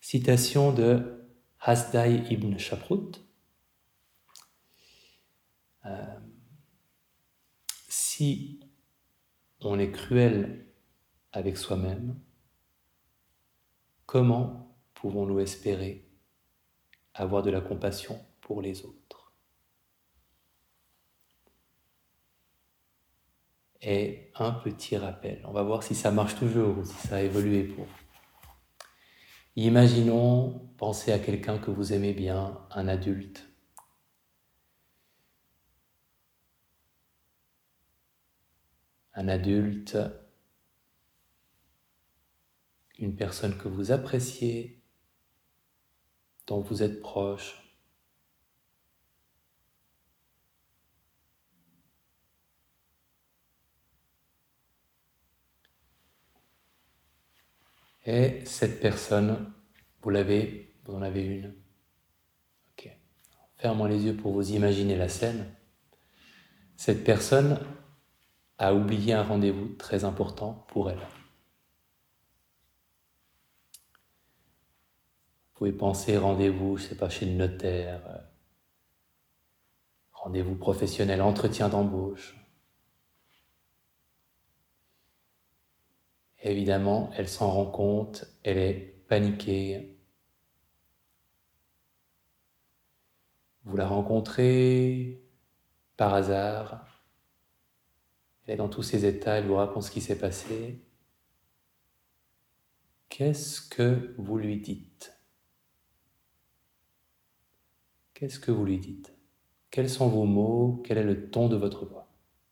Citation de Hasdai ibn Shaprut. Si on est cruel avec soi-même, comment pouvons-nous espérer avoir de la compassion pour les autres? Et un petit rappel, on va voir si ça marche toujours ou si ça a évolué pour vous. Imaginons, pensez à quelqu'un que vous aimez bien, un adulte. Un adulte, une personne que vous appréciez, dont vous êtes proche. Et cette personne, vous en avez une. Ok. Fermons les yeux pour vous imaginer la scène. Cette personne a oublié un rendez-vous très important pour elle. Vous pouvez penser rendez-vous, je ne sais pas, chez le notaire, rendez-vous professionnel, entretien d'embauche. Et évidemment, elle s'en rend compte, elle est paniquée. Vous la rencontrez par hasard, elle est dans tous ses états, elle vous raconte ce qui s'est passé. Qu'est-ce que vous lui dites ? Qu'est-ce que vous lui dites ? Quels sont vos mots ? Quel est le ton de votre voix ?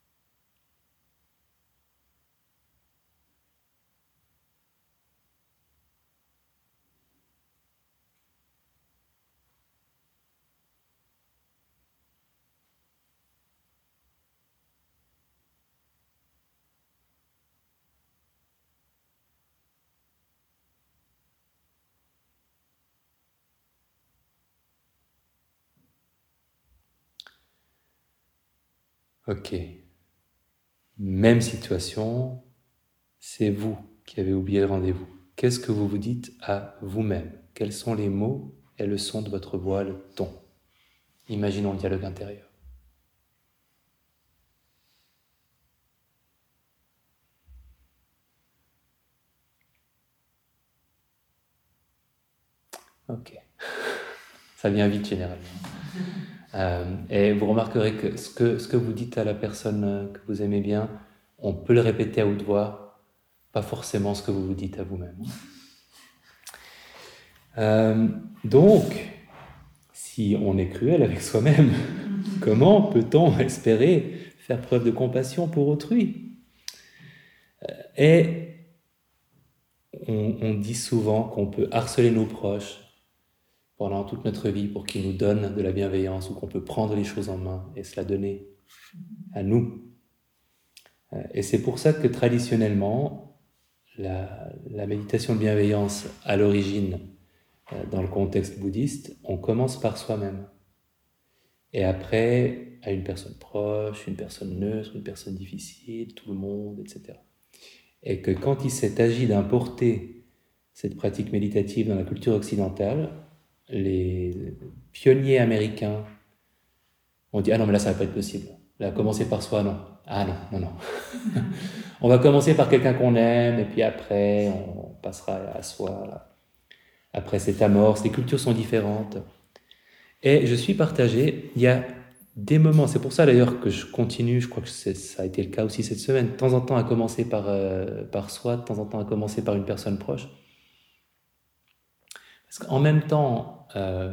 Ok. Même situation, c'est vous qui avez oublié le rendez-vous. Qu'est-ce que vous vous dites à vous-même ? Quels sont les mots et le son de votre voix, le ton ? Imaginons le dialogue intérieur. Ok. Ça vient vite généralement. Et vous remarquerez que ce que vous dites à la personne que vous aimez bien, on peut le répéter à haute voix, pas forcément ce que vous vous dites à vous-même. Donc, si on est cruel avec soi-même, comment peut-on espérer faire preuve de compassion pour autrui ? Et on dit souvent qu'on peut harceler nos proches pendant toute notre vie pour qu'ils nous donnent de la bienveillance ou qu'on peut prendre les choses en main et se la donner à nous. Et c'est pour ça que traditionnellement, la méditation de bienveillance à l'origine, dans le contexte bouddhiste, on commence par soi-même. Et après, à une personne proche, une personne neutre, une personne difficile, tout le monde, etc. Et que quand il s'est agi d'importer cette pratique méditative dans la culture occidentale, les pionniers américains ont dit « Ah non, mais là, ça va pas être possible. Là, commencer par soi, non. Ah non, non, non. On va commencer par quelqu'un qu'on aime, et puis après, on passera à soi. Après cette amorce, les cultures sont différentes. » Et je suis partagé. Il y a des moments, c'est pour ça d'ailleurs que je continue, je crois que ça a été le cas aussi cette semaine, de temps en temps à commencer par soi, de temps en temps à commencer par une personne proche. Parce qu'en même temps,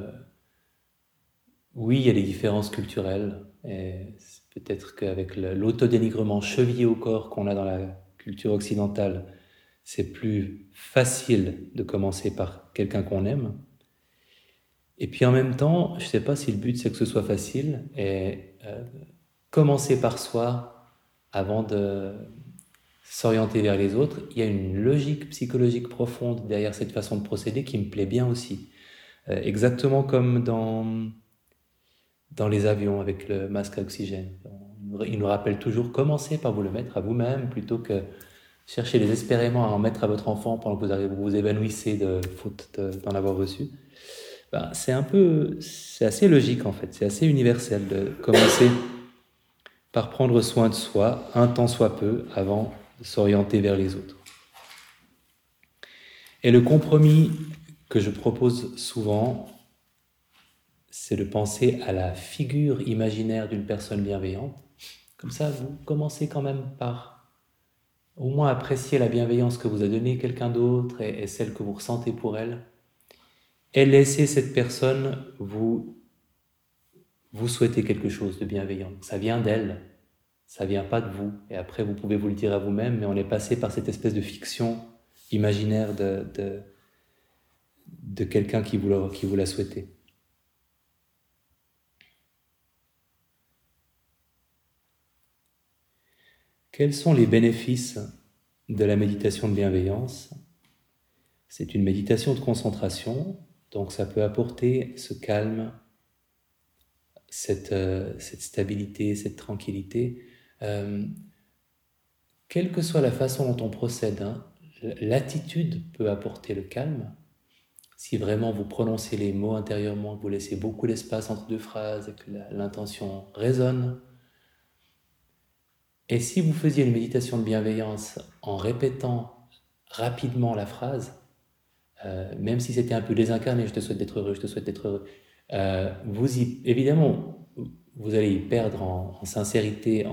oui, il y a des différences culturelles, et peut-être qu'avec l'autodénigrement chevillé au corps qu'on a dans la culture occidentale, c'est plus facile de commencer par quelqu'un qu'on aime. Et puis en même temps, je ne sais pas si le but c'est que ce soit facile, et commencer par soi avant de s'orienter vers les autres, il y a une logique psychologique profonde derrière cette façon de procéder qui me plaît bien aussi. Exactement comme dans les avions avec le masque à oxygène. Il nous rappelle toujours, commencez par vous le mettre à vous-même plutôt que cherchez désespérément à en mettre à votre enfant pendant que vous vous évanouissez de faute d'en avoir reçu, ben, c'est assez logique en fait, c'est assez universel de commencer par prendre soin de soi, un tant soit peu, avant de s'orienter vers les autres. Et le compromis que je propose souvent, c'est de penser à la figure imaginaire d'une personne bienveillante. Comme ça, vous commencez quand même par au moins apprécier la bienveillance que vous a donnée quelqu'un d'autre et celle que vous ressentez pour elle. Et laisser cette personne vous souhaiter quelque chose de bienveillant. Ça vient d'elle, ça vient pas de vous. Et après, vous pouvez vous le dire à vous-même, mais on est passé par cette espèce de fiction imaginaire de quelqu'un qui vous l'a souhaité. Quels sont les bénéfices de la méditation de bienveillance? C'est une méditation de concentration, donc ça peut apporter ce calme, cette stabilité, cette tranquillité. Quelle que soit la façon dont on procède, l'attitude peut apporter le calme. Si vraiment vous prononcez les mots intérieurement, que vous laissez beaucoup d'espace entre deux phrases et que l'intention résonne. Et si vous faisiez une méditation de bienveillance en répétant rapidement la phrase, même si c'était un peu désincarné, je te souhaite d'être heureux, je te souhaite d'être heureux, évidemment, vous allez y perdre en sincérité,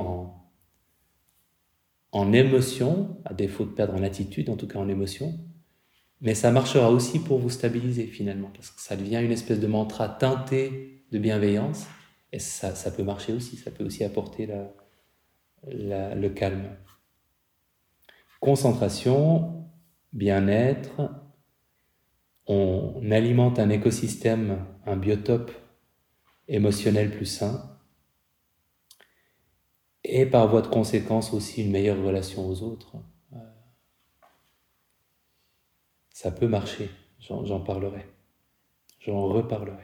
en émotion, à défaut de perdre en attitude, en tout cas en émotion, mais ça marchera aussi pour vous stabiliser finalement, parce que ça devient une espèce de mantra teinté de bienveillance, et ça peut marcher aussi, ça peut aussi apporter le calme. Concentration, bien-être, on alimente un écosystème, un biotope émotionnel plus sain, et par voie de conséquence aussi une meilleure relation aux autres. Ça peut marcher, j'en parlerai, j'en reparlerai.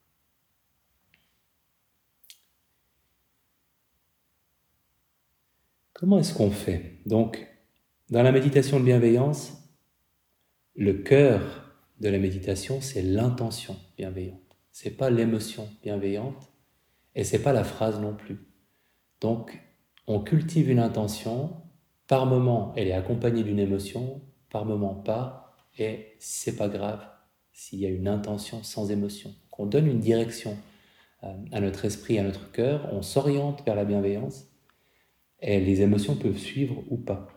Comment est-ce qu'on fait? Donc, dans la méditation de bienveillance, le cœur de la méditation, c'est l'intention bienveillante. C'est pas l'émotion bienveillante et c'est pas la phrase non plus. Donc, on cultive une intention. Par moment, elle est accompagnée d'une émotion, par moment pas, et c'est pas grave s'il y a une intention sans émotion. Donc, on donne une direction à notre esprit, à notre cœur, on s'oriente vers la bienveillance, et les émotions peuvent suivre ou pas.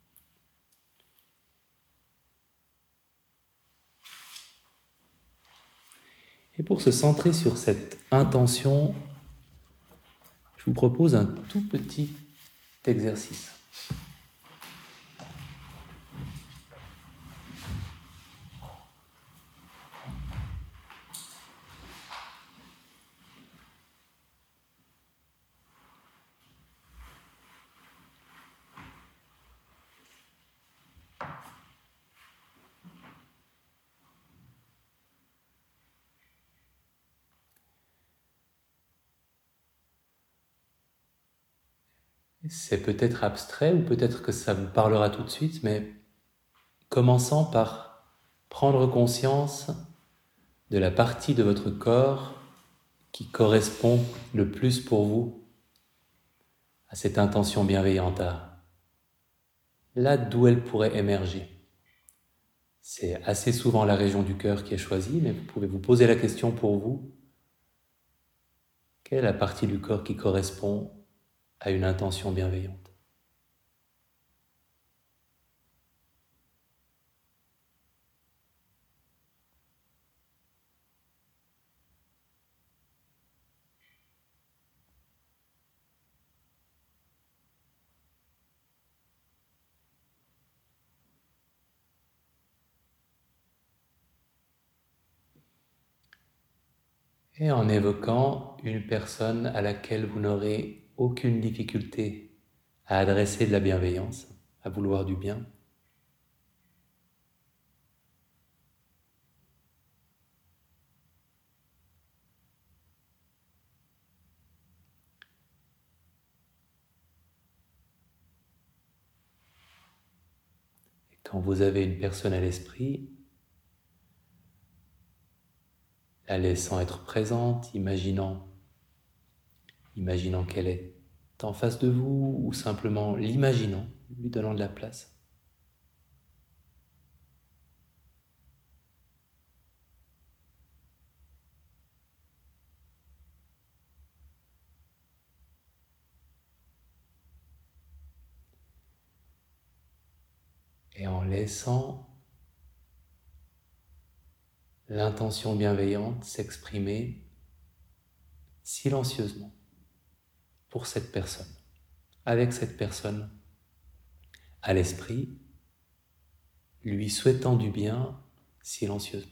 Et pour se centrer sur cette intention, je vous propose un tout petit exercice. C'est peut-être abstrait ou peut-être que ça vous parlera tout de suite, mais commençant par prendre conscience de la partie de votre corps qui correspond le plus pour vous à cette intention bienveillante, là d'où elle pourrait émerger. C'est assez souvent la région du cœur qui est choisie, mais vous pouvez vous poser la question pour vous, quelle est la partie du corps qui correspond à une intention bienveillante? Et en évoquant une personne à laquelle vous n'aurez aucune difficulté à adresser de la bienveillance, à vouloir du bien. quand vous avez une personne à l'esprit, la laissant être présente, imaginant qu'elle est en face de vous, ou simplement l'imaginant, lui donnant de la place. Et en laissant l'intention bienveillante s'exprimer silencieusement pour cette personne, avec cette personne à l'esprit, lui souhaitant du bien silencieusement.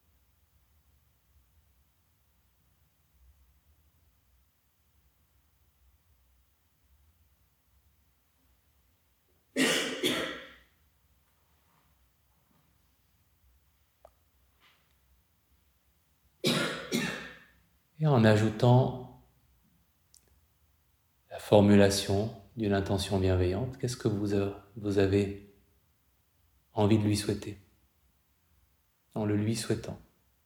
Et en ajoutant la formulation d'une intention bienveillante, qu'est-ce que vous avez envie de lui souhaiter, en le lui souhaitant?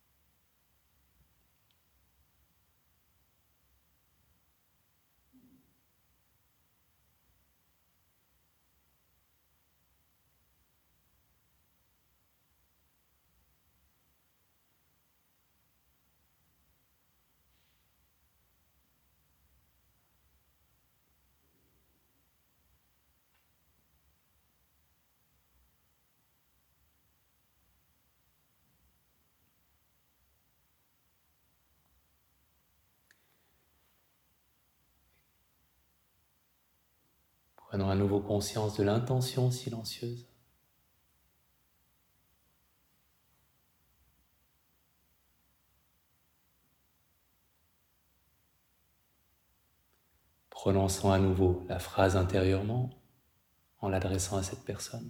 Prenons à nouveau conscience de l'intention silencieuse. Prononçant à nouveau la phrase intérieurement en l'adressant à cette personne.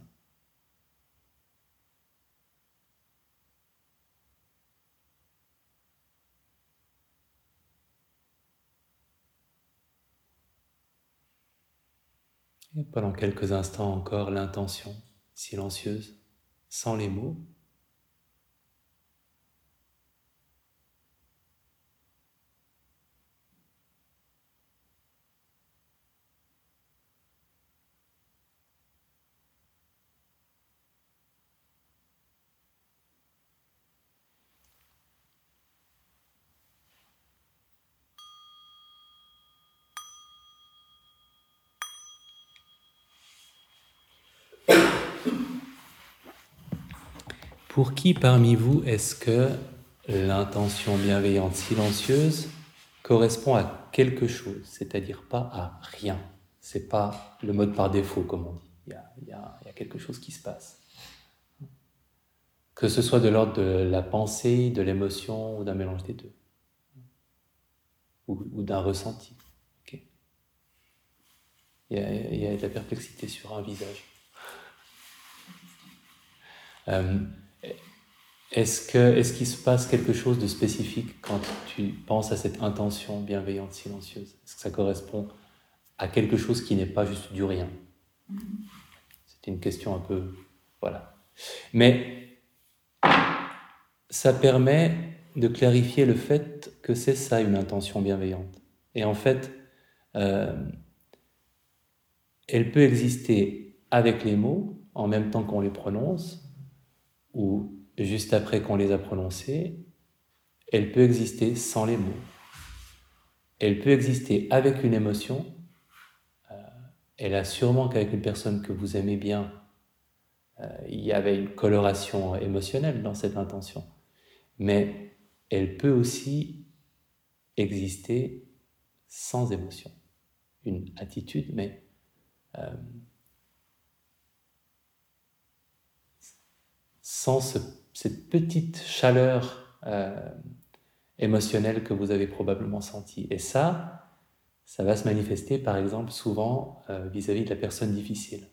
Et pendant quelques instants encore, l'intention silencieuse, sans les mots. Pour qui parmi vous est-ce que l'intention bienveillante silencieuse correspond à quelque chose, c'est-à-dire pas à rien? C'est pas le mode par défaut, comme on dit. Il y a quelque chose qui se passe. Que ce soit de l'ordre de la pensée, de l'émotion ou d'un mélange des deux. Ou d'un ressenti. Okay. Il y a de la perplexité sur un visage. Est-ce qu'il se passe quelque chose de spécifique quand tu penses à cette intention bienveillante silencieuse? Est-ce que ça correspond à quelque chose qui n'est pas juste du rien? C'est une question un peu... Voilà. Mais ça permet de clarifier le fait que c'est ça une intention bienveillante. Et en fait, elle peut exister avec les mots, en même temps qu'on les prononce, ou juste après qu'on les a prononcés. Elle peut exister sans les mots. Elle peut exister avec une émotion. Elle a sûrement qu'avec une personne que vous aimez bien, il y avait une coloration émotionnelle dans cette intention. Mais elle peut aussi exister sans émotion. Une attitude, mais sans cette petite chaleur émotionnelle que vous avez probablement sentie. Et ça va se manifester par exemple souvent vis-à-vis de la personne difficile.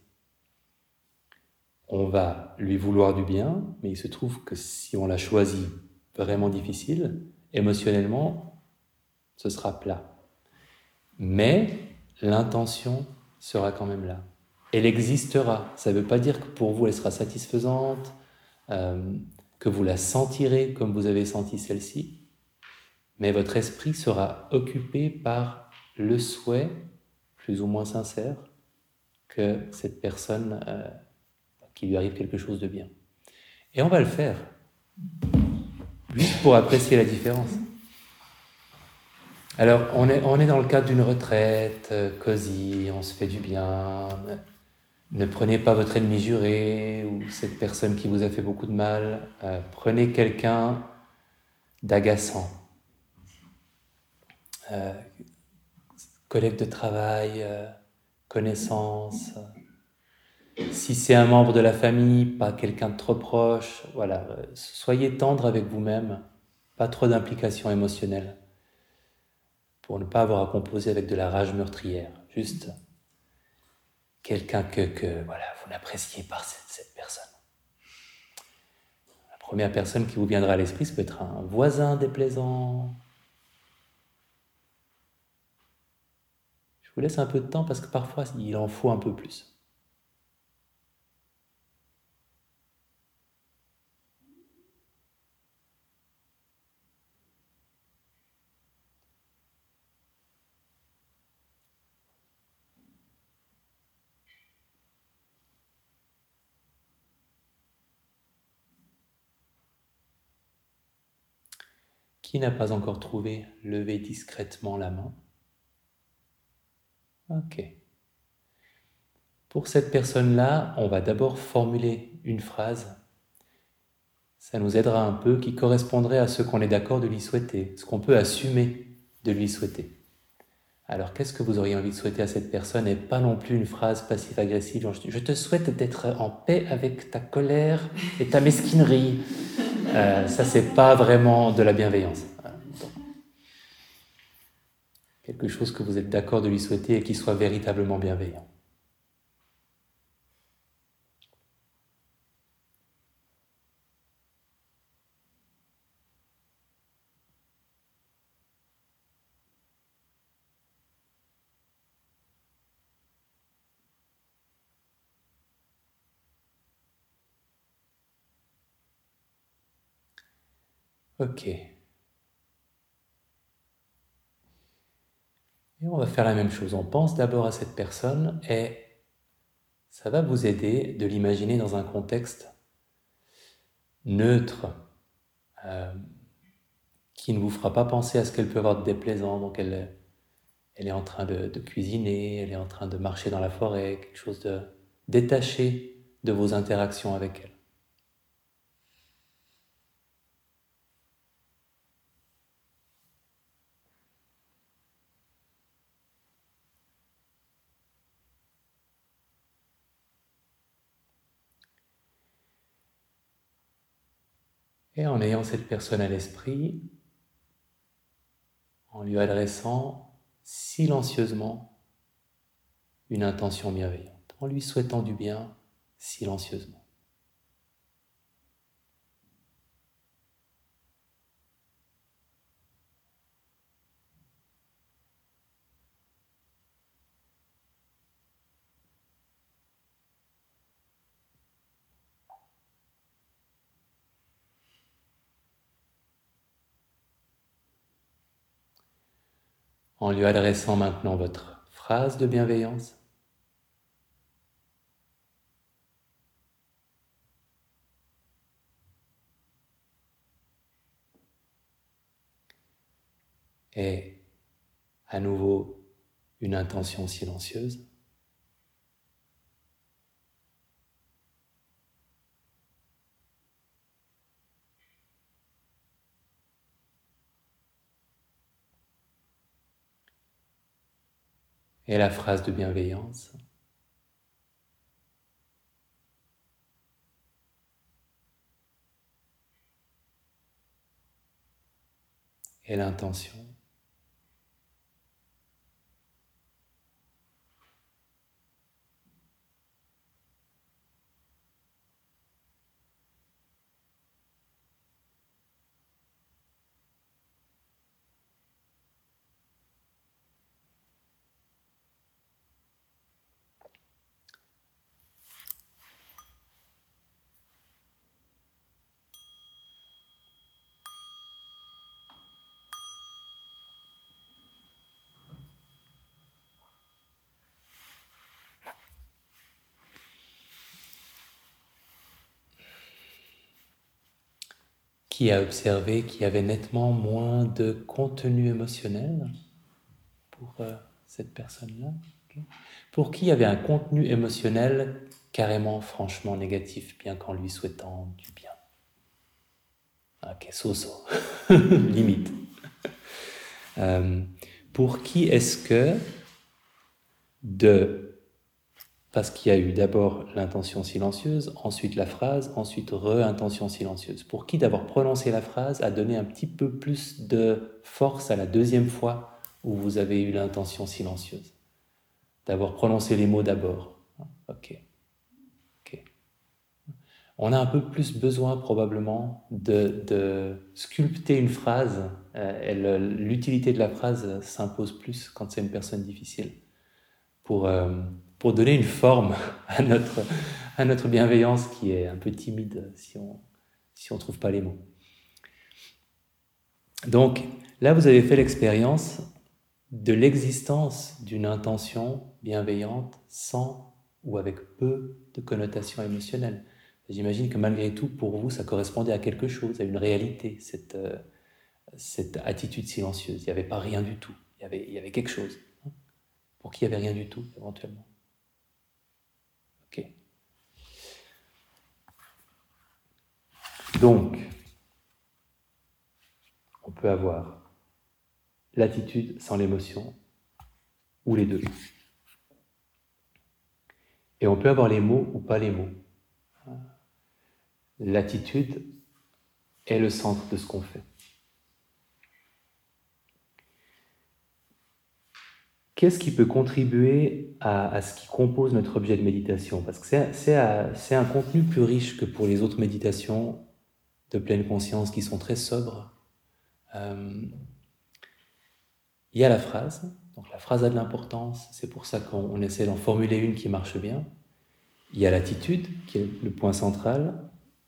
On va lui vouloir du bien, mais il se trouve que si on la choisit vraiment difficile, émotionnellement, ce sera plat. Mais l'intention sera quand même là. Elle existera. Ça ne veut pas dire que pour vous, elle sera satisfaisante, que vous la sentirez comme vous avez senti celle-ci, mais votre esprit sera occupé par le souhait, plus ou moins sincère, que cette personne, qu'il lui arrive quelque chose de bien. Et on va le faire, juste pour apprécier la différence. Alors, on est dans le cadre d'une retraite, cosy, on se fait du bien. Ne prenez pas votre ennemi juré ou cette personne qui vous a fait beaucoup de mal. Prenez quelqu'un d'agaçant. Collègue de travail, connaissance. Si c'est un membre de la famille, pas quelqu'un de trop proche. Voilà, soyez tendre avec vous-même. Pas trop d'implications émotionnelles. Pour ne pas avoir à composer avec de la rage meurtrière. Juste quelqu'un que voilà, vous n'appréciez pas cette personne. La première personne qui vous viendra à l'esprit, ça peut être un voisin déplaisant. Je vous laisse un peu de temps parce que parfois il en faut un peu plus. Qui n'a pas encore trouvé? Levez discrètement la main. Ok. Pour cette personne-là, on va d'abord formuler une phrase. Ça nous aidera un peu, qui correspondrait à ce qu'on est d'accord de lui souhaiter, ce qu'on peut assumer de lui souhaiter. Alors, qu'est-ce que vous auriez envie de souhaiter à cette personne et pas non plus une phrase passive-agressive, genre je te souhaite d'être en paix avec ta colère et ta mesquinerie. Ça, c'est pas vraiment de la bienveillance. Donc, quelque chose que vous êtes d'accord de lui souhaiter et qui soit véritablement bienveillant. Ok. Et on va faire la même chose. On pense d'abord à cette personne et ça va vous aider de l'imaginer dans un contexte neutre, qui ne vous fera pas penser à ce qu'elle peut avoir de déplaisant. Donc elle est en train de cuisiner, elle est en train de marcher dans la forêt, quelque chose de détaché de vos interactions avec elle. Et en ayant cette personne à l'esprit, en lui adressant silencieusement une intention bienveillante, en lui souhaitant du bien silencieusement. En lui adressant maintenant votre phrase de bienveillance, et à nouveau une intention silencieuse. Et la phrase de bienveillance. Et l'intention. Qui a observé qu'il y avait nettement moins de contenu émotionnel pour cette personne-là? Okay. Pour qui il y avait un contenu émotionnel carrément, franchement négatif, bien qu'en lui souhaitant du bien? Ok, so-so. Limite. Pour qui est-ce que parce qu'il y a eu d'abord l'intention silencieuse, ensuite la phrase, ensuite re-intention silencieuse. Pour qui d'avoir prononcé la phrase a donné un petit peu plus de force à la deuxième fois où vous avez eu l'intention silencieuse? D'avoir prononcé les mots d'abord. Ok. On a un peu plus besoin probablement de sculpter une phrase. L'utilité de la phrase s'impose plus quand c'est une personne difficile. Pour donner une forme à notre bienveillance qui est un peu timide si on trouve pas les mots. Donc là, vous avez fait l'expérience de l'existence d'une intention bienveillante sans ou avec peu de connotation émotionnelle. J'imagine que malgré tout, pour vous, ça correspondait à quelque chose, à une réalité, cette attitude silencieuse. Il n'y avait pas rien du tout, il y avait quelque chose. Pour qui il n'y avait rien du tout, éventuellement. Ok. Donc, on peut avoir l'attitude sans l'émotion, ou les deux. Et on peut avoir les mots ou pas les mots. L'attitude est le centre de ce qu'on fait. Qu'est-ce qui peut contribuer à ce qui compose notre objet de méditation? Parce que c'est un contenu plus riche que pour les autres méditations de pleine conscience qui sont très sobres. Il y a la phrase, donc la phrase a de l'importance, c'est pour ça qu'on essaie d'en formuler une qui marche bien. Il y a l'attitude, qui est le point central.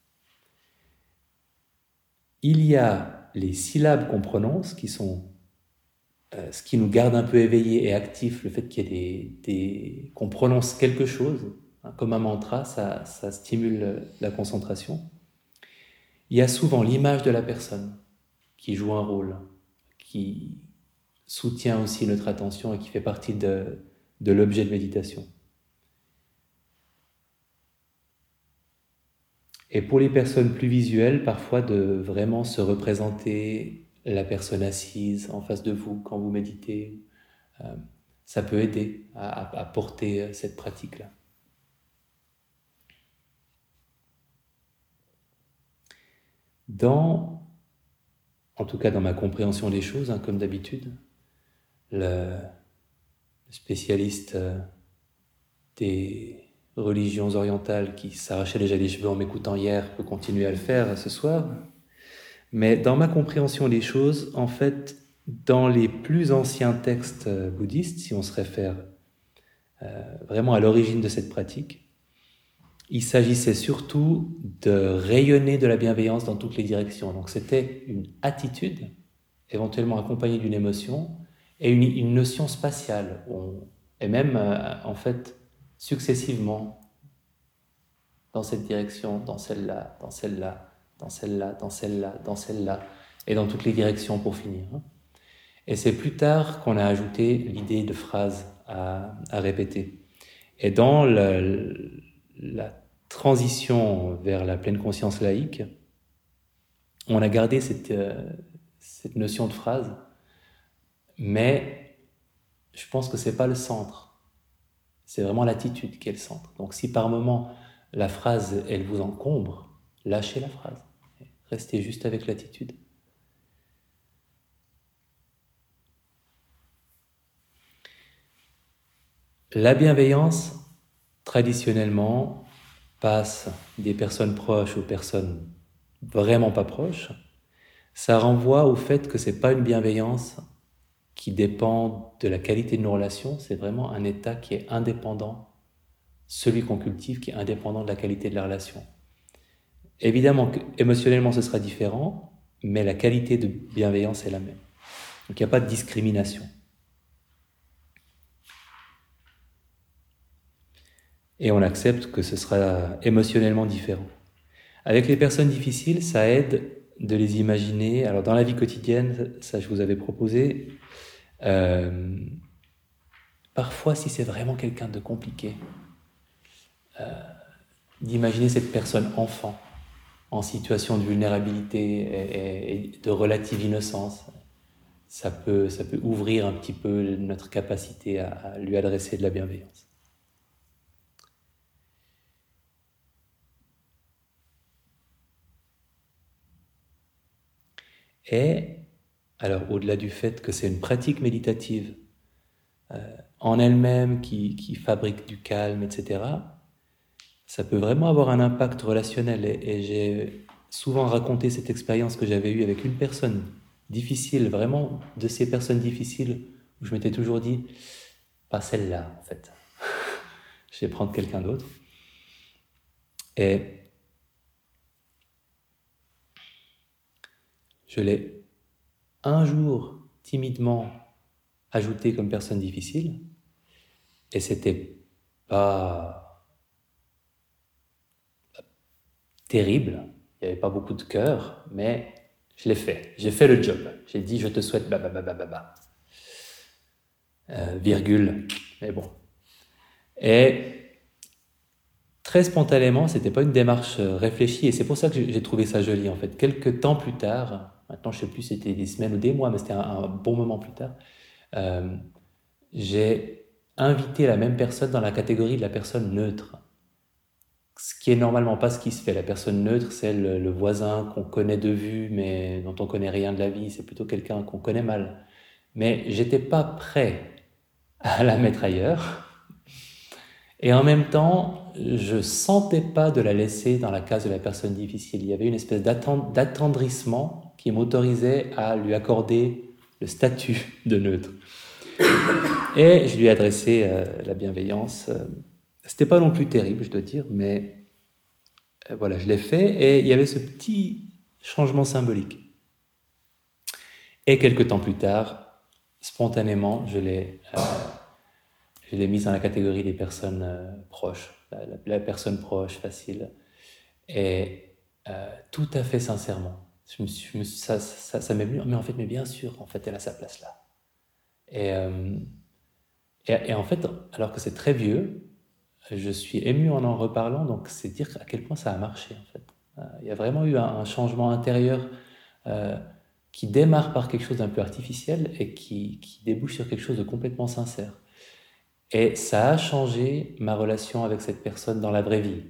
Il y a les syllabes qu'on prononce, qui sont ce qui nous garde un peu éveillés et actifs, le fait qu'il y ait qu'on prononce quelque chose, hein, comme un mantra, ça stimule la concentration. Il y a souvent l'image de la personne qui joue un rôle, qui soutient aussi notre attention et qui fait partie de l'objet de méditation. Et pour les personnes plus visuelles, parfois de vraiment se représenter la personne assise en face de vous quand vous méditez, ça peut aider à porter cette pratique-là. En tout cas dans ma compréhension des choses, hein, comme d'habitude, le spécialiste des religions orientales qui s'arrachait déjà les cheveux en m'écoutant hier peut continuer à le faire ce soir. Mais dans ma compréhension des choses, en fait, dans les plus anciens textes bouddhistes, si on se réfère vraiment à l'origine de cette pratique, il s'agissait surtout de rayonner de la bienveillance dans toutes les directions. Donc c'était une attitude, éventuellement accompagnée d'une émotion, et une notion spatiale, et même en fait successivement dans cette direction, dans celle-là, dans celle-là, dans celle-là, dans celle-là, dans celle-là, et dans toutes les directions pour finir. Et c'est plus tard qu'on a ajouté l'idée de phrase à répéter. Et dans la transition vers la pleine conscience laïque, on a gardé cette notion de phrase, mais je pense que c'est pas le centre. C'est vraiment l'attitude qui est le centre. Donc si par moment la phrase, elle vous encombre, lâchez la phrase. Restez juste avec l'attitude. La bienveillance, traditionnellement, passe des personnes proches aux personnes vraiment pas proches. Ça renvoie au fait que c'est pas une bienveillance qui dépend de la qualité de nos relations, c'est vraiment un état qui est indépendant, celui qu'on cultive qui est indépendant de la qualité de la relation. Évidemment, émotionnellement, ce sera différent, mais la qualité de bienveillance est la même. Donc il n'y a pas de discrimination. Et on accepte que ce sera émotionnellement différent. Avec les personnes difficiles, ça aide de les imaginer. Alors dans la vie quotidienne, ça je vous avais proposé, parfois si c'est vraiment quelqu'un de compliqué, d'imaginer cette personne enfant, en situation de vulnérabilité et de relative innocence. Ça peut ouvrir un petit peu notre capacité à lui adresser de la bienveillance. Et, alors au-delà du fait que c'est une pratique méditative en elle-même qui fabrique du calme, etc., ça peut vraiment avoir un impact relationnel. Et j'ai souvent raconté cette expérience que j'avais eue avec une personne difficile, vraiment de ces personnes difficiles, où je m'étais toujours dit, pas celle-là en fait, je vais prendre quelqu'un d'autre. Et je l'ai un jour timidement ajouté comme personne difficile, et c'était pas terrible, il n'y avait pas beaucoup de cœur, mais je l'ai fait, j'ai fait le job. J'ai dit je te souhaite virgule, mais bon. Et très spontanément, c'était pas une démarche réfléchie, et c'est pour ça que j'ai trouvé ça joli en fait. Quelques temps plus tard, maintenant je sais plus si c'était des semaines ou des mois, mais c'était un bon moment plus tard, j'ai invité la même personne dans la catégorie de la personne neutre. Ce qui est normalement pas ce qui se fait. La personne neutre, c'est le voisin qu'on connaît de vue, mais dont on connaît rien de la vie. C'est plutôt quelqu'un qu'on connaît mal. Mais j'étais pas prêt à la mettre ailleurs. Et en même temps, je sentais pas de la laisser dans la case de la personne difficile. Il y avait une espèce d'attendrissement qui m'autorisait à lui accorder le statut de neutre. Et je lui ai adressé la bienveillance. C'était pas non plus terrible, je dois dire, mais voilà, je l'ai fait, et il y avait ce petit changement symbolique. Et quelques temps plus tard, spontanément, je l'ai mise dans la catégorie des personnes proches, la personne proche, facile, et tout à fait sincèrement. Ça m'est venu, mais en fait, mais bien sûr, en fait, elle a sa place là. Et en fait, alors que c'est très vieux, je suis ému en reparlant, donc c'est dire à quel point ça a marché en fait. Il y a vraiment eu un changement intérieur qui démarre par quelque chose d'un peu artificiel et qui débouche sur quelque chose de complètement sincère. Et ça a changé ma relation avec cette personne dans la vraie vie.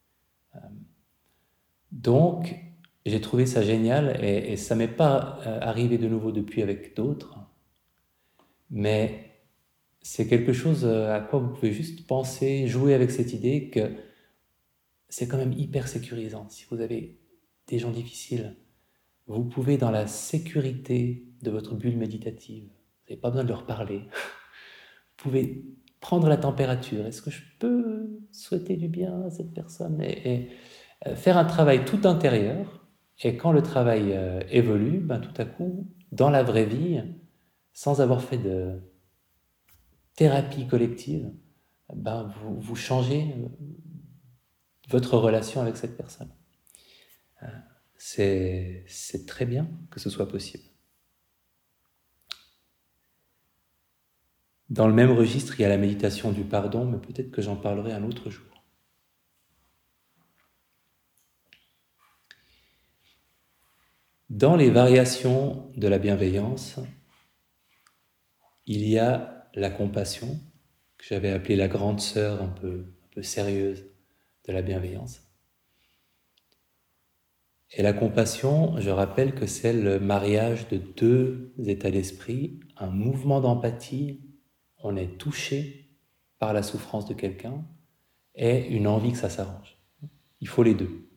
Donc, j'ai trouvé ça génial, et ça m'est pas arrivé de nouveau depuis avec d'autres, mais c'est quelque chose à quoi vous pouvez juste penser, jouer avec cette idée que c'est quand même hyper sécurisant. Si vous avez des gens difficiles, vous pouvez, dans la sécurité de votre bulle méditative, vous n'avez pas besoin de leur parler, vous pouvez prendre la température. Est-ce que je peux souhaiter du bien à cette personne, et faire un travail tout intérieur, et quand le travail évolue, ben, tout à coup, dans la vraie vie, sans avoir fait de thérapie collective, ben vous changez votre relation avec cette personne. C'est très bien que ce soit possible. Dans le même registre, il y a la méditation du pardon, mais peut-être que j'en parlerai un autre jour. Dans les variations de la bienveillance, il y a la compassion, que j'avais appelée la grande sœur un peu sérieuse de la bienveillance. Et la compassion, je rappelle que c'est le mariage de deux états d'esprit, un mouvement d'empathie, on est touché par la souffrance de quelqu'un, et une envie que ça s'arrange. Il faut les deux.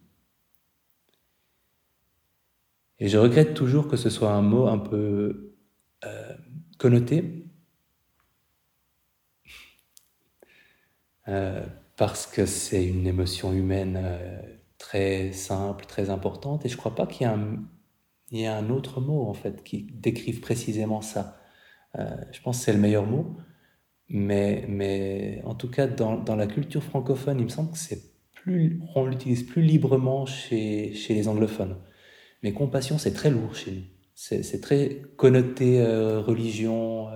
Et je regrette toujours que ce soit un mot un peu connoté, parce que c'est une émotion humaine très simple, très importante, et je ne crois pas qu'il y ait un autre mot en fait qui décrive précisément ça. Je pense que c'est le meilleur mot, mais en tout cas dans la culture francophone, il me semble que on l'utilise plus librement chez les anglophones. Mais compassion, c'est très lourd chez nous. C'est très connoté religion.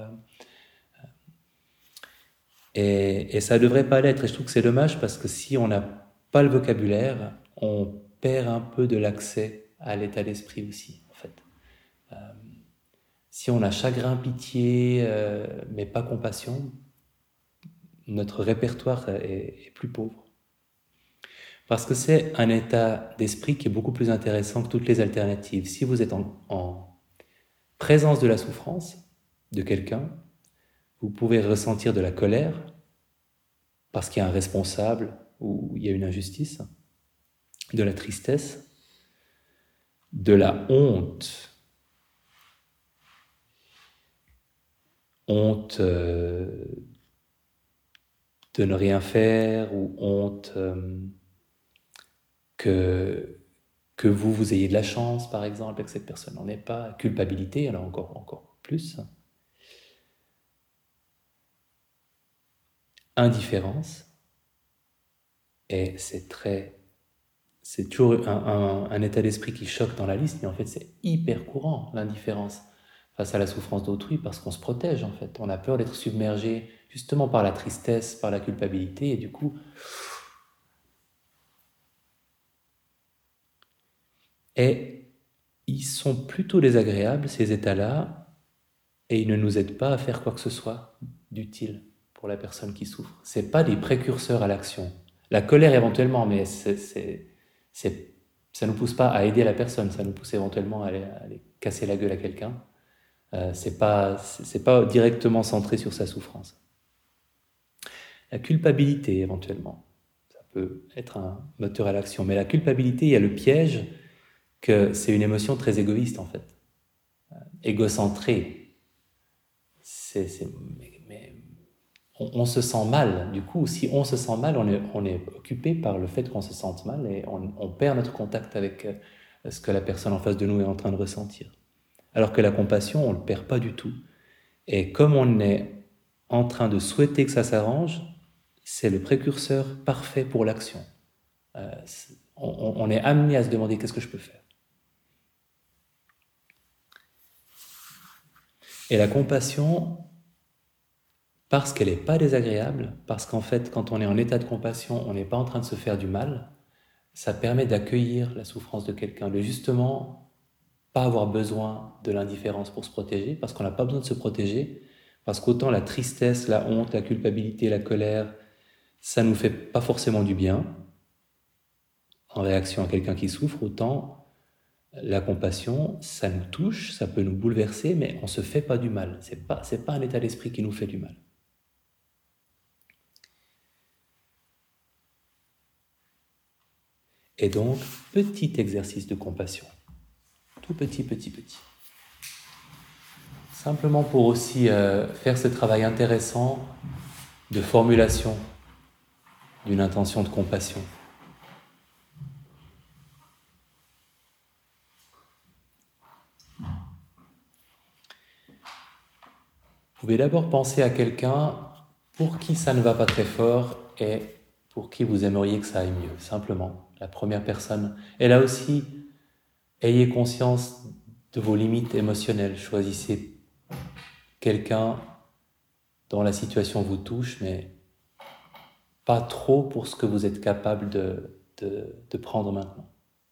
Et ça ne devrait pas l'être. Et je trouve que c'est dommage parce que si on n'a pas le vocabulaire, on perd un peu de l'accès à l'état d'esprit aussi, en fait. Si on a chagrin, pitié, mais pas compassion, notre répertoire est plus pauvre. Parce que c'est un état d'esprit qui est beaucoup plus intéressant que toutes les alternatives. Si vous êtes en présence de la souffrance de quelqu'un, vous pouvez ressentir de la colère parce qu'il y a un responsable ou il y a une injustice, de la tristesse, de la honte, honte de ne rien faire ou honte que vous ayez de la chance, par exemple, et que cette personne n'en ait pas, culpabilité, alors encore plus, indifférence, et c'est toujours un état d'esprit qui choque dans la liste, mais en fait c'est hyper courant, l'indifférence face à la souffrance d'autrui, parce qu'on se protège en fait, on a peur d'être submergé justement par la tristesse, par la culpabilité, et du coup... Et ils sont plutôt désagréables, ces états-là, et ils ne nous aident pas à faire quoi que ce soit d'utile pour la personne qui souffre. Ce n'est pas des précurseurs à l'action. La colère éventuellement, mais ça ne nous pousse pas à aider la personne, ça nous pousse éventuellement à aller casser la gueule à quelqu'un. C'est pas directement centré sur sa souffrance. La culpabilité éventuellement, ça peut être un moteur à l'action, mais la culpabilité, il y a le piège que c'est une émotion très égoïste en fait, égocentrée. Mais on se sent mal. Du coup, si on se sent mal, on est occupé par le fait qu'on se sente mal et on perd notre contact avec ce que la personne en face de nous est en train de ressentir. Alors que la compassion, on ne le perd pas du tout. Et comme on est en train de souhaiter que ça s'arrange, c'est le précurseur parfait pour l'action. On est amené à se demander qu'est-ce que je peux faire. Et la compassion, parce qu'elle n'est pas désagréable, parce qu'en fait, quand on est en état de compassion, on n'est pas en train de se faire du mal, ça permet d'accueillir la souffrance de quelqu'un, de justement pas avoir besoin de l'indifférence pour se protéger, parce qu'on n'a pas besoin de se protéger, parce qu'autant la tristesse, la honte, la culpabilité, la colère, ça ne nous fait pas forcément du bien en réaction à quelqu'un qui souffre, autant la compassion, ça nous touche, ça peut nous bouleverser, mais on ne se fait pas du mal. C'est pas un état d'esprit qui nous fait du mal. Et donc, petit exercice de compassion. Tout petit. Simplement pour aussi faire ce travail intéressant de formulation d'une intention de compassion. Vous pouvez d'abord penser à quelqu'un pour qui ça ne va pas très fort et pour qui vous aimeriez que ça aille mieux, simplement. La première personne. Et là aussi, ayez conscience de vos limites émotionnelles. Choisissez quelqu'un dont la situation vous touche, mais pas trop pour ce que vous êtes capable de prendre maintenant.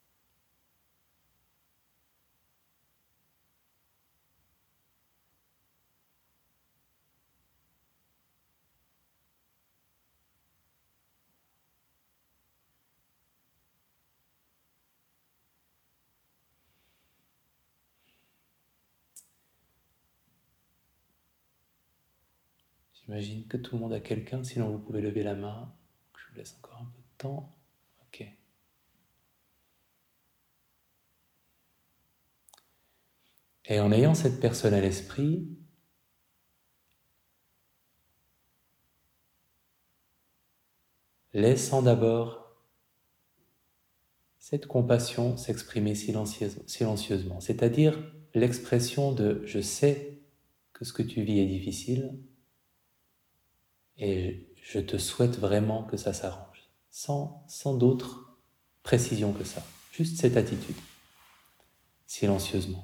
J'imagine que tout le monde a quelqu'un, sinon vous pouvez lever la main. Je vous laisse encore un peu de temps. Ok. Et en ayant cette personne à l'esprit, laissant d'abord cette compassion s'exprimer silencieusement, c'est-à-dire l'expression de « je sais que ce que tu vis est difficile et je te souhaite vraiment que ça s'arrange », sans d'autre précision que ça, juste cette attitude. silencieusement.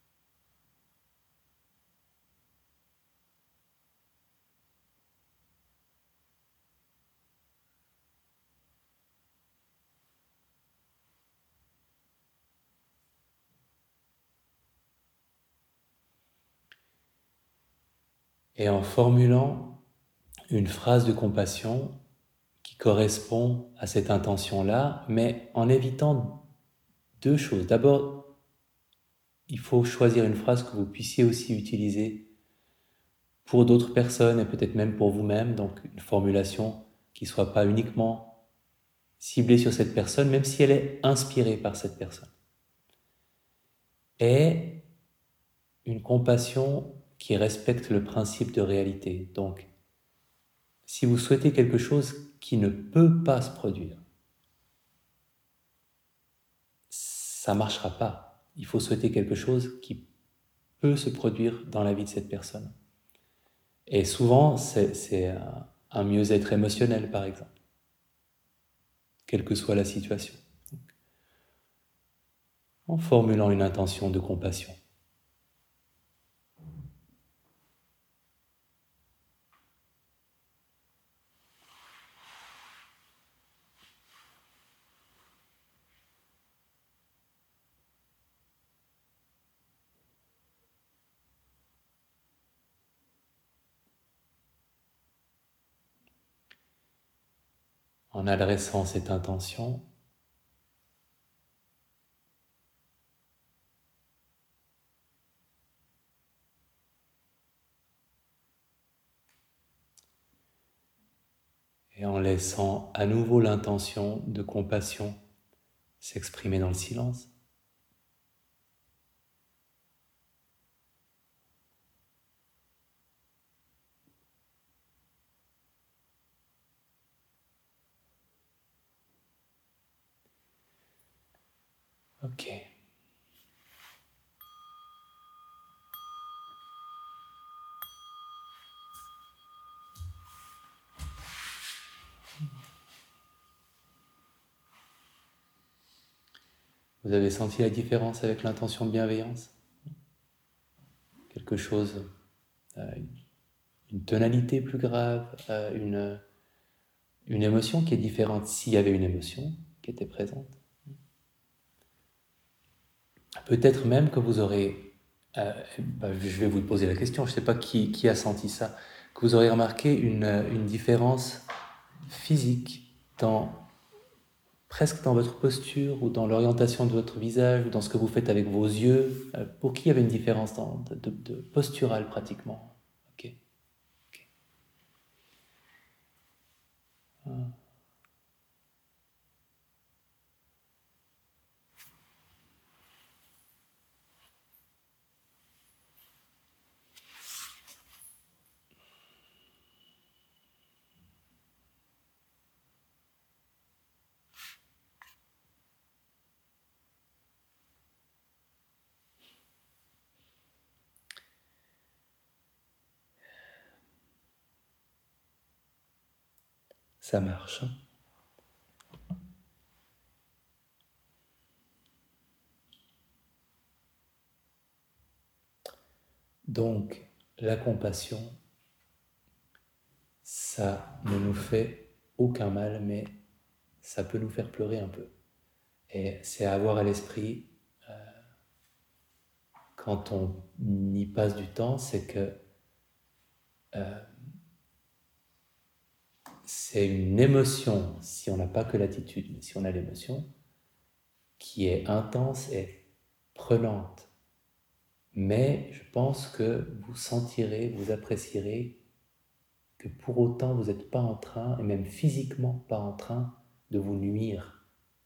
Et en formulant une phrase de compassion qui correspond à cette intention-là, mais en évitant deux choses. D'abord, il faut choisir une phrase que vous puissiez aussi utiliser pour d'autres personnes et peut-être même pour vous-même, donc une formulation qui ne soit pas uniquement ciblée sur cette personne, même si elle est inspirée par cette personne. Et une compassion qui respecte le principe de réalité. Donc, si vous souhaitez quelque chose qui ne peut pas se produire, ça ne marchera pas. Il faut souhaiter quelque chose qui peut se produire dans la vie de cette personne. Et souvent, c'est un mieux-être émotionnel, par exemple, quelle que soit la situation. En formulant une intention de compassion. En adressant cette intention, et en laissant à nouveau l'intention de compassion s'exprimer dans le silence. Ok. Vous avez senti la différence avec l'intention de bienveillance? Quelque chose, une tonalité plus grave, une émotion qui est différente s'il y avait une émotion qui était présente. Peut-être même que vous aurez, je vais vous poser la question, je ne sais pas qui a senti ça, que vous aurez remarqué une différence physique presque dans votre posture ou dans l'orientation de votre visage ou dans ce que vous faites avec vos yeux. Pour qui il y avait une différence de posturale pratiquement? Ok. Ça marche. Donc, la compassion, ça ne nous fait aucun mal, mais ça peut nous faire pleurer un peu. Et c'est à avoir à l'esprit, quand on y passe du temps, c'est que c'est une émotion, si on n'a pas que l'attitude, mais si on a l'émotion, qui est intense et prenante. Mais je pense que vous sentirez, vous apprécierez que pour autant vous n'êtes pas en train, et même physiquement pas en train, de vous nuire.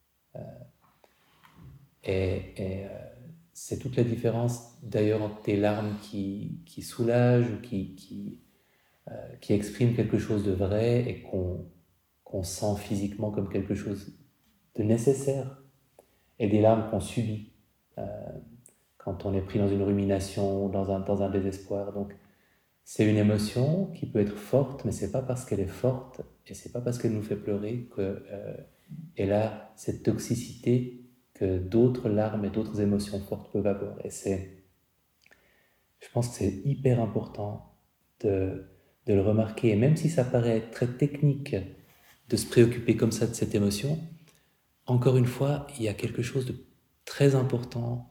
C'est toute la différence d'ailleurs entre des larmes qui soulagent ou qui expriment quelque chose de vrai et qu'on sent physiquement comme quelque chose de nécessaire, et des larmes qu'on subit quand on est pris dans une rumination ou dans un désespoir. Donc c'est une émotion qui peut être forte, mais c'est pas parce qu'elle est forte et c'est pas parce qu'elle nous fait pleurer qu'elle a cette toxicité que d'autres larmes et d'autres émotions fortes peuvent avoir. Et je pense que c'est hyper important de le remarquer. Et même si ça paraît très technique de se préoccuper comme ça de cette émotion, encore une fois, il y a quelque chose de très important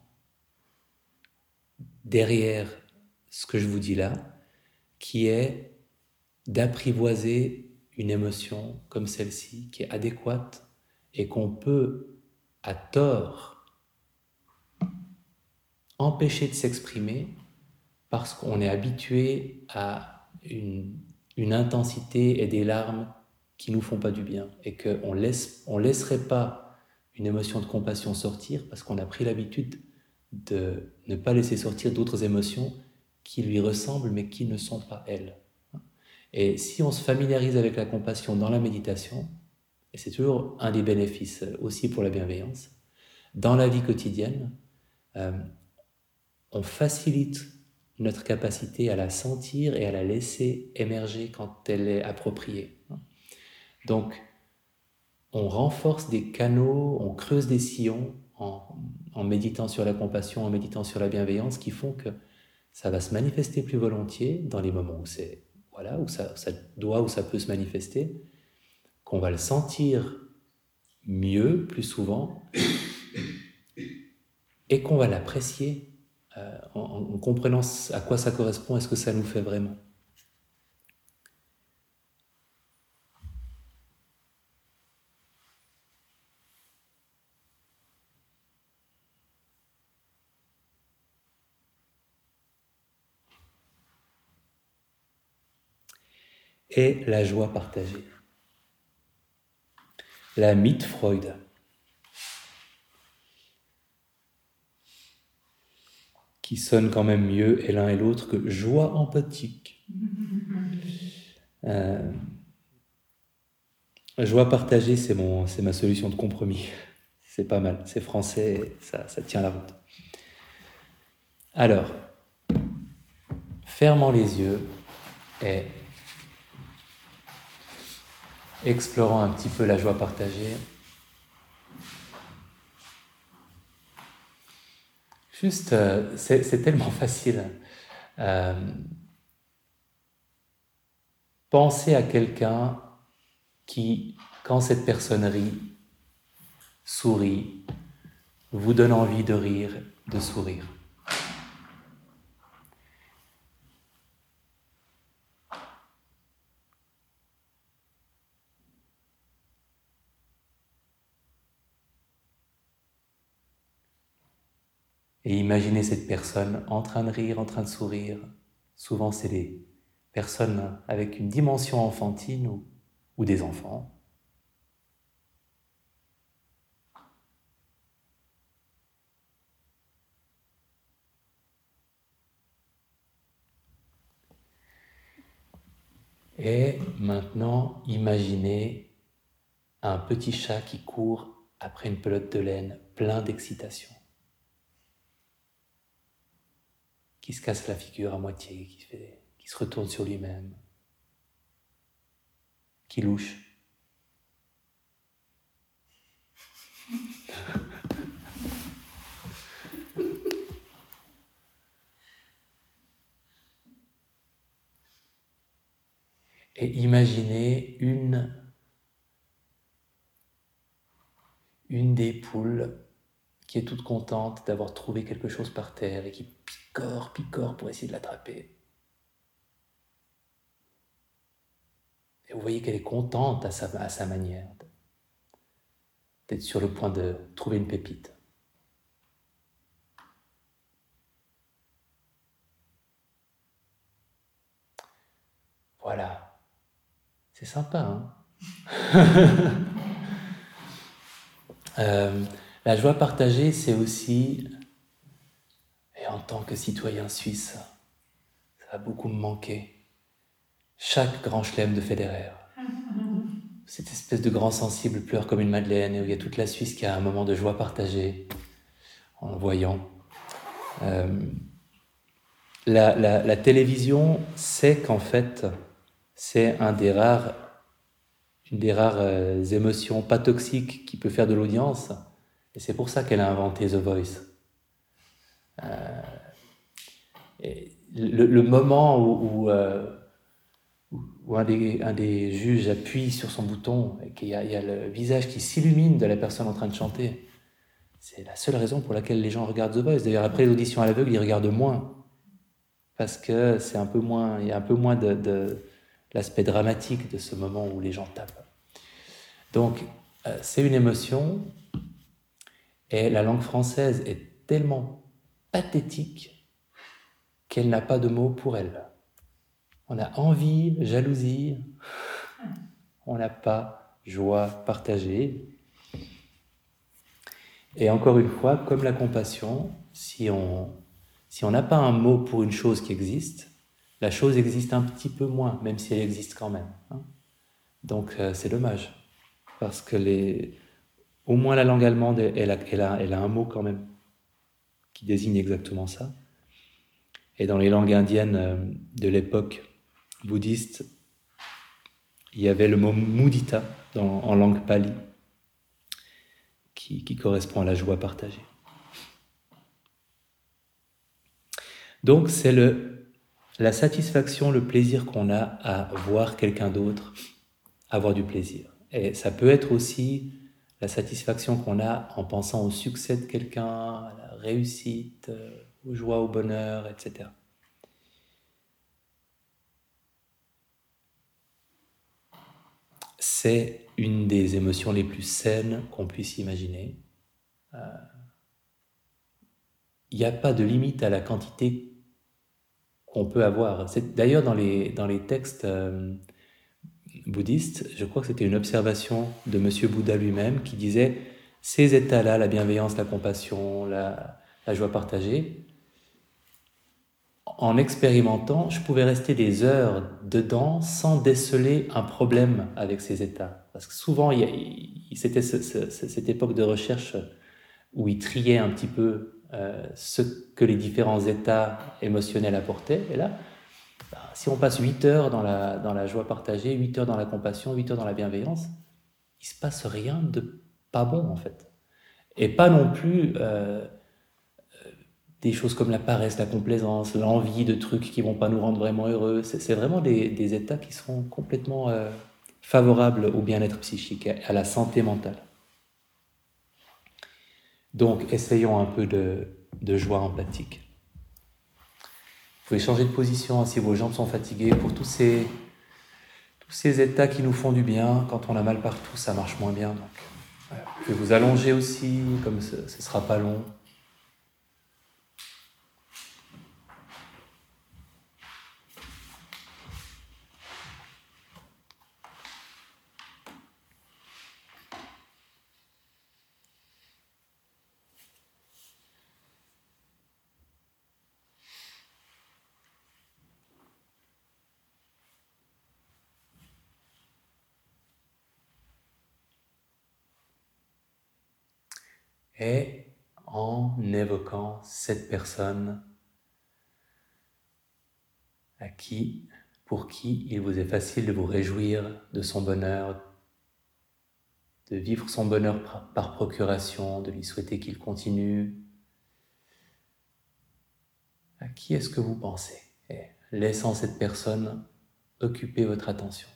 derrière ce que je vous dis là, qui est d'apprivoiser une émotion comme celle-ci, qui est adéquate et qu'on peut, à tort, empêcher de s'exprimer parce qu'on est habitué à une intensité et des larmes qui nous font pas du bien et qu'on laisserait pas une émotion de compassion sortir parce qu'on a pris l'habitude de ne pas laisser sortir d'autres émotions qui lui ressemblent mais qui ne sont pas elles. Et si on se familiarise avec la compassion dans la méditation, et c'est toujours un des bénéfices aussi pour la bienveillance, dans la vie quotidienne, on facilite notre capacité à la sentir et à la laisser émerger quand elle est appropriée. Donc, on renforce des canaux, on creuse des sillons en méditant sur la compassion, en méditant sur la bienveillance, qui font que ça va se manifester plus volontiers dans les moments où où ça peut se manifester, qu'on va le sentir mieux, plus souvent, et qu'on va l'apprécier en comprenant à quoi ça correspond et ce que ça nous fait vraiment. Et la joie partagée. La Mitfreude. Qui sonne quand même mieux et l'un et l'autre que joie empathique. Joie partagée, c'est ma solution de compromis. C'est pas mal, c'est français, ça tient la route. Alors, fermant les yeux et explorant un petit peu la joie partagée, juste, c'est tellement facile. Pensez à quelqu'un qui, quand cette personne rit, sourit, vous donne envie de rire, de sourire. Et imaginez cette personne en train de rire, en train de sourire. Souvent, c'est des personnes avec une dimension enfantine ou des enfants. Et maintenant, imaginez un petit chat qui court après une pelote de laine, plein d'excitation, qui se casse la figure à moitié, qui se retourne sur lui-même, qui louche. Et imaginez une des poules qui est toute contente d'avoir trouvé quelque chose par terre et qui picore pour essayer de l'attraper. Et vous voyez qu'elle est contente à sa manière d'être sur le point de trouver une pépite. Voilà. C'est sympa, hein? La joie partagée, c'est aussi, et en tant que citoyen suisse, ça va beaucoup me manquer, chaque grand chelem de Federer. Cette espèce de grand sensible pleure comme une madeleine, et où il y a toute la Suisse qui a un moment de joie partagée en le voyant. La télévision sait qu'en fait, c'est une des rares émotions pas toxiques qui peut faire de l'audience, Et c'est pour ça qu'elle a inventé The Voice. Et le moment où un des juges appuie sur son bouton et qu'il y a le visage qui s'illumine de la personne en train de chanter, c'est la seule raison pour laquelle les gens regardent The Voice. D'ailleurs, après l'audition à l'aveugle, ils regardent moins. Parce que c'est un peu moins, il y a un peu moins de l'aspect dramatique de ce moment où les gens tapent. Donc, c'est une émotion, et la langue française est tellement pathétique qu'elle n'a pas de mots pour elle. On a envie, jalousie, on n'a pas joie partagée. Et encore une fois, comme la compassion, si on n'a pas un mot pour une chose qui existe, la chose existe un petit peu moins, même si elle existe quand même. Donc c'est dommage, parce que au moins la langue allemande, elle a un mot quand même qui désigne exactement ça. Et dans les langues indiennes de l'époque bouddhiste, il y avait le mot mudita en langue pali, qui correspond à la joie partagée. Donc c'est la satisfaction, le plaisir qu'on a à voir quelqu'un d'autre avoir du plaisir. Et ça peut être aussi la satisfaction qu'on a en pensant au succès de quelqu'un, à la réussite, aux joies, au bonheur, etc. C'est une des émotions les plus saines qu'on puisse imaginer. Il n'y a pas de limite à la quantité qu'on peut avoir. D'ailleurs, dans les textes bouddhistes, je crois que c'était une observation de Monsieur Bouddha lui-même qui disait « Ces états-là, la bienveillance, la compassion, la joie partagée, en expérimentant, je pouvais rester des heures dedans sans déceler un problème avec ces états. » Parce que souvent, c'était cette époque de recherche où il triait un petit peu ce que les différents états émotionnels apportaient. Et là, si on passe 8 heures dans la joie partagée, 8 heures dans la compassion, 8 heures dans la bienveillance, il ne se passe rien de pas bon en fait. Et pas non plus des choses comme la paresse, la complaisance, l'envie de trucs qui ne vont pas nous rendre vraiment heureux. C'est vraiment des états qui sont complètement favorables au bien-être psychique, à la santé mentale. Donc, essayons un peu de joie empathique. Vous pouvez changer de position si vos jambes sont fatiguées. Pour tous ces états qui nous font du bien, quand on a mal partout, ça marche moins bien. Donc, vous pouvez vous allonger aussi, comme ce ne sera pas long. Et en évoquant cette personne pour qui il vous est facile de vous réjouir de son bonheur, de vivre son bonheur par procuration, de lui souhaiter qu'il continue. À qui est-ce que vous pensez? Et laissant cette personne occuper votre attention.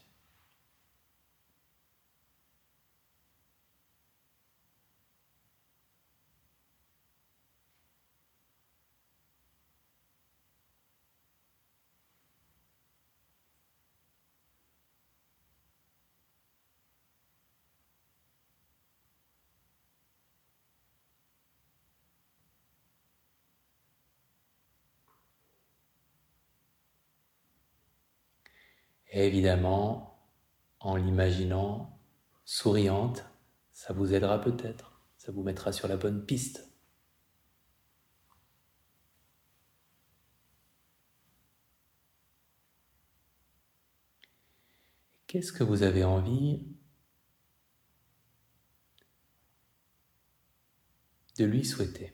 Et évidemment, en l'imaginant souriante, ça vous aidera peut-être, ça vous mettra sur la bonne piste. Qu'est-ce que vous avez envie de lui souhaiter?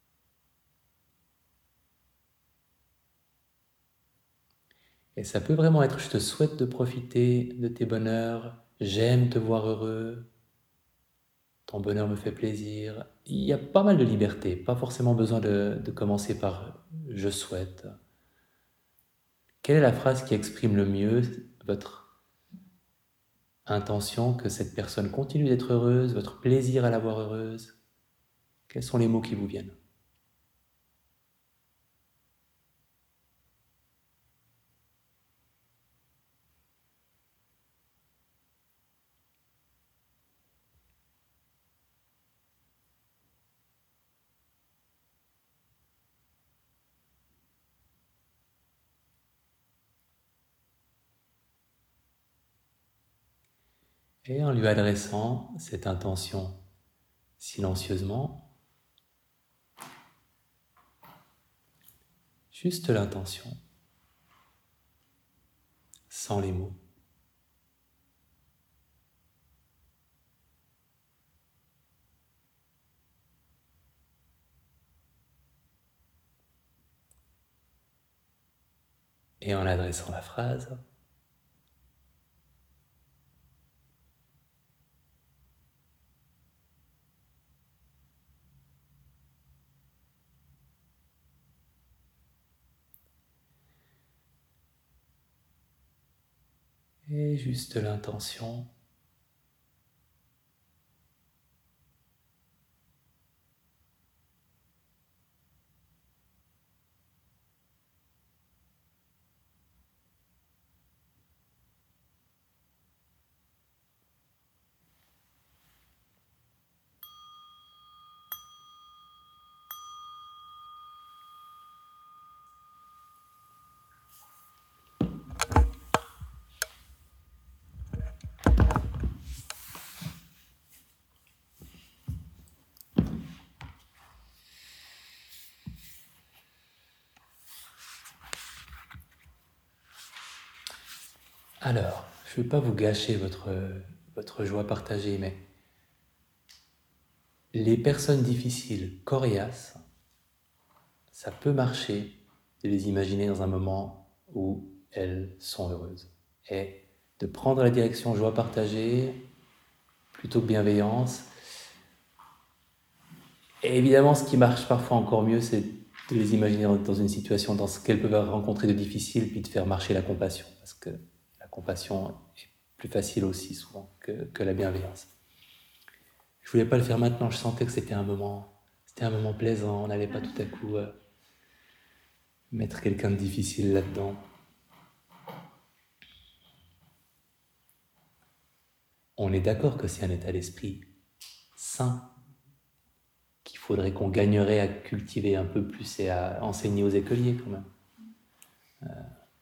Et ça peut vraiment être « je te souhaite de profiter de tes bonheurs, j'aime te voir heureux, ton bonheur me fait plaisir. Il y a pas mal de liberté, pas forcément besoin de commencer par je souhaite. Quelle est la phrase qui exprime le mieux votre intention que cette personne continue d'être heureuse, votre plaisir à la voir heureuse? Quels sont les mots qui vous viennent? Et en lui adressant cette intention silencieusement, juste l'intention, sans les mots. Et en adressant la phrase, et juste l'intention. Alors, je ne veux pas vous gâcher votre joie partagée, mais les personnes difficiles, coriaces, ça peut marcher de les imaginer dans un moment où elles sont heureuses. Et de prendre la direction joie partagée plutôt que bienveillance. Et évidemment, ce qui marche parfois encore mieux, c'est de les imaginer dans une situation dans ce qu'elles peuvent rencontrer de difficile, puis de faire marcher la compassion. Parce que la compassion est plus facile aussi souvent que la bienveillance. Je voulais pas le faire maintenant, je sentais que c'était un moment plaisant, on n'allait pas tout à coup mettre quelqu'un de difficile là-dedans. On est d'accord que c'est un état d'esprit sain, qu'il faudrait qu'on gagnerait à cultiver un peu plus et à enseigner aux écoliers quand même.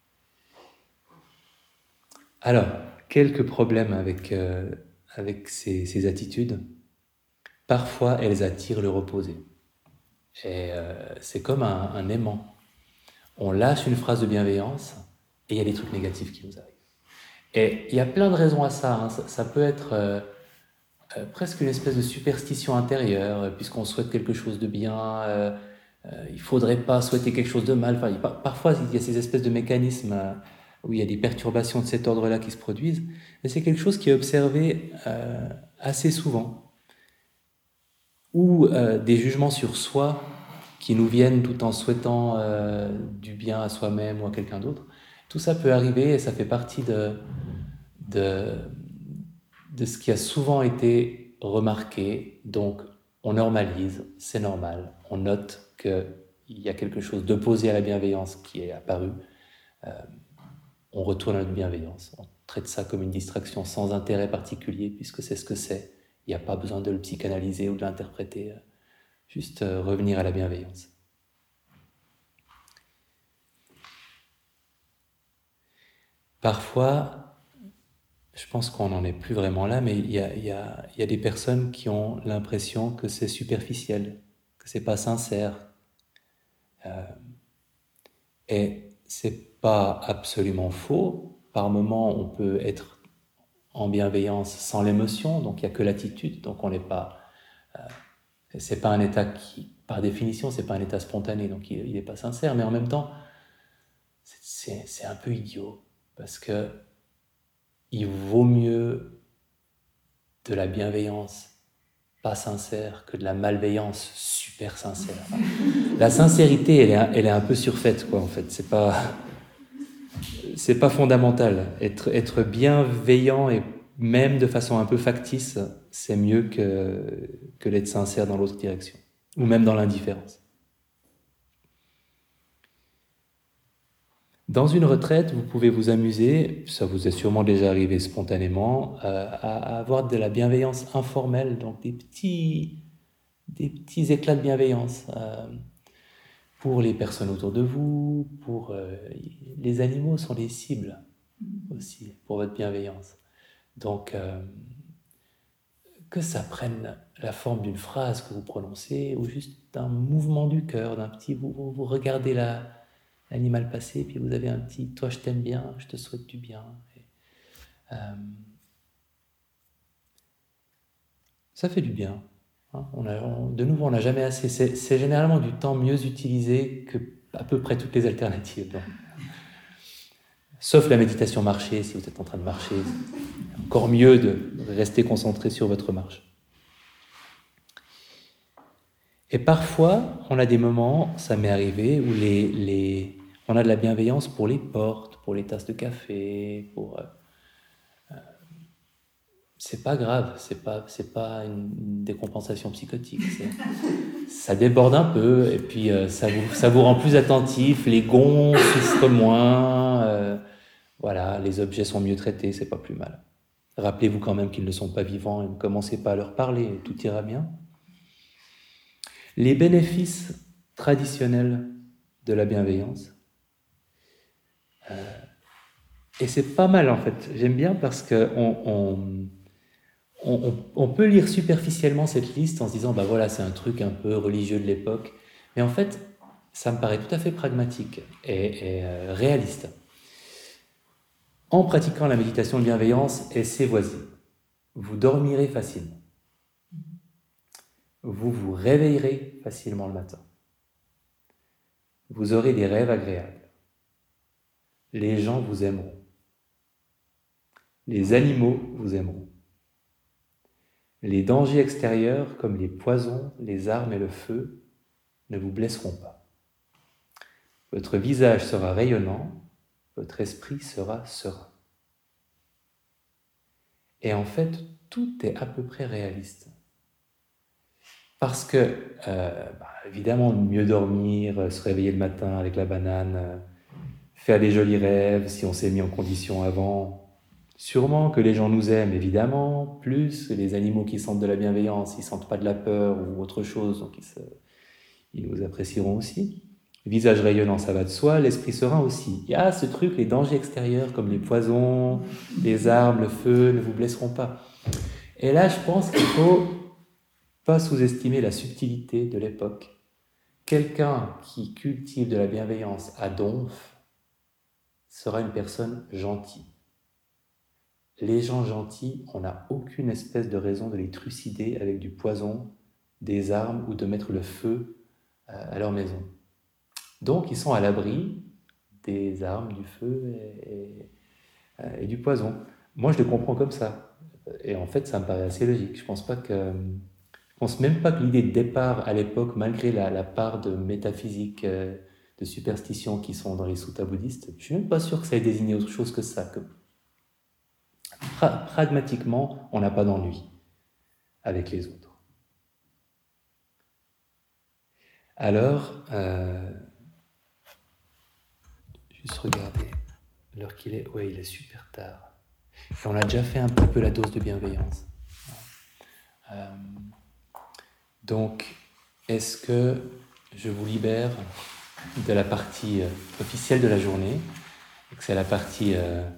Alors, quelques problèmes avec ces attitudes. Parfois, elles attirent le reposé. Et c'est comme un aimant. On lâche une phrase de bienveillance et il y a des trucs négatifs qui nous arrivent. Et il y a plein de raisons à ça. Hein. Ça peut être presque une espèce de superstition intérieure, puisqu'on souhaite quelque chose de bien, il ne faudrait pas souhaiter quelque chose de mal. Enfin, parfois, il y a ces espèces de mécanismes où il y a des perturbations de cet ordre-là qui se produisent, mais c'est quelque chose qui est observé assez souvent. Ou des jugements sur soi qui nous viennent tout en souhaitant du bien à soi-même ou à quelqu'un d'autre. Tout ça peut arriver et ça fait partie de ce qui a souvent été remarqué. Donc, on normalise, c'est normal. On note qu'il y a quelque chose d'opposé à la bienveillance qui est apparu. On retourne à notre bienveillance. On traite ça comme une distraction sans intérêt particulier, puisque c'est ce que c'est. Il n'y a pas besoin de le psychanalyser ou de l'interpréter. Juste revenir à la bienveillance. Parfois, je pense qu'on n'en est plus vraiment là, mais il y a des personnes qui ont l'impression que c'est superficiel, que c'est pas sincère. Et c'est pas absolument faux. Par moments, on peut être en bienveillance sans l'émotion, donc il n'y a que l'attitude, donc on n'est pas... c'est pas un état qui, par définition, c'est pas un état spontané, donc il n'est pas sincère, mais en même temps, c'est un peu idiot, parce que il vaut mieux de la bienveillance pas sincère que de la malveillance super sincère. La sincérité, elle est un peu surfaite, quoi, en fait. C'est pas fondamental. Être bienveillant et même de façon un peu factice, c'est mieux que d'être sincère dans l'autre direction, ou même dans l'indifférence. Dans une retraite, vous pouvez vous amuser, ça vous est sûrement déjà arrivé spontanément, à avoir de la bienveillance informelle, donc des petits éclats de bienveillance pour les personnes autour de vous, pour les animaux sont des cibles aussi pour votre bienveillance. Donc, que ça prenne la forme d'une phrase que vous prononcez ou juste d'un mouvement du cœur, d'un petit... Vous regardez l'animal passer, puis vous avez un petit « toi je t'aime bien, je te souhaite du bien ». Ça fait du bien. Hein, de nouveau, on n'a jamais assez. C'est généralement du temps mieux utilisé que à peu près toutes les alternatives. Donc. Sauf la méditation marcher, si vous êtes en train de marcher. C'est encore mieux de rester concentré sur votre marche. Et parfois, on a des moments, ça m'est arrivé, où on a de la bienveillance pour les portes, pour les tasses de café, pour... c'est pas grave, c'est pas une décompensation psychotique. Ça déborde un peu, et puis ça vous rend plus attentif, les gonds souffrent moins, voilà, les objets sont mieux traités, c'est pas plus mal. Rappelez-vous quand même qu'ils ne sont pas vivants et ne commencez pas à leur parler, et tout ira bien. Les bénéfices traditionnels de la bienveillance, et c'est pas mal en fait, j'aime bien parce que on peut lire superficiellement cette liste en se disant, bah voilà, c'est un truc un peu religieux de l'époque. Mais en fait, ça me paraît tout à fait pragmatique et réaliste. En pratiquant la méditation de bienveillance et ses voisines, vous dormirez facilement. Vous vous réveillerez facilement le matin. Vous aurez des rêves agréables. Les gens vous aimeront. Les animaux vous aimeront. Les dangers extérieurs, comme les poisons, les armes et le feu, ne vous blesseront pas. Votre visage sera rayonnant, votre esprit sera serein. Et en fait, tout est à peu près réaliste. Parce que, évidemment, mieux dormir, se réveiller le matin avec la banane, faire des jolis rêves si on s'est mis en condition avant... Sûrement que les gens nous aiment, évidemment, plus les animaux qui sentent de la bienveillance, ils ne sentent pas de la peur ou autre chose, donc ils nous apprécieront aussi. Le visage rayonnant, ça va de soi, l'esprit serein aussi. Il y a ce truc, les dangers extérieurs comme les poisons, les armes, le feu, ne vous blesseront pas. Et là, je pense qu'il ne faut pas sous-estimer la subtilité de l'époque. Quelqu'un qui cultive de la bienveillance à donf sera une personne gentille. Les gens gentils, on n'a aucune espèce de raison de les trucider avec du poison, des armes ou de mettre le feu à leur maison. Donc, ils sont à l'abri des armes, du feu et du poison. Moi, je le comprends comme ça. Et en fait, ça me paraît assez logique. Je pense même pas que l'idée de départ à l'époque, malgré la part de métaphysique, de superstition qui sont dans les suttas bouddhistes, je suis même pas sûr que ça ait désigné autre chose que ça. Pragmatiquement, on n'a pas d'ennui avec les autres. Alors, juste regarder l'heure qu'il est. Oui, il est super tard. Et on a déjà fait un peu la dose de bienveillance. Donc, est-ce que je vous libère de la partie officielle de la journée, et que c'est la partie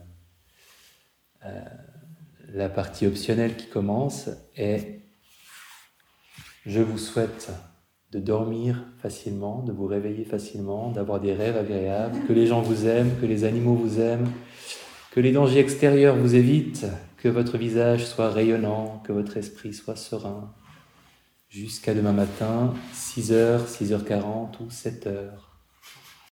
optionnelle qui commence, et je vous souhaite de dormir facilement, de vous réveiller facilement, d'avoir des rêves agréables, que les gens vous aiment, que les animaux vous aiment, que les dangers extérieurs vous évitent, que votre visage soit rayonnant, que votre esprit soit serein. Jusqu'à demain matin, 6h, 6h40 ou 7h.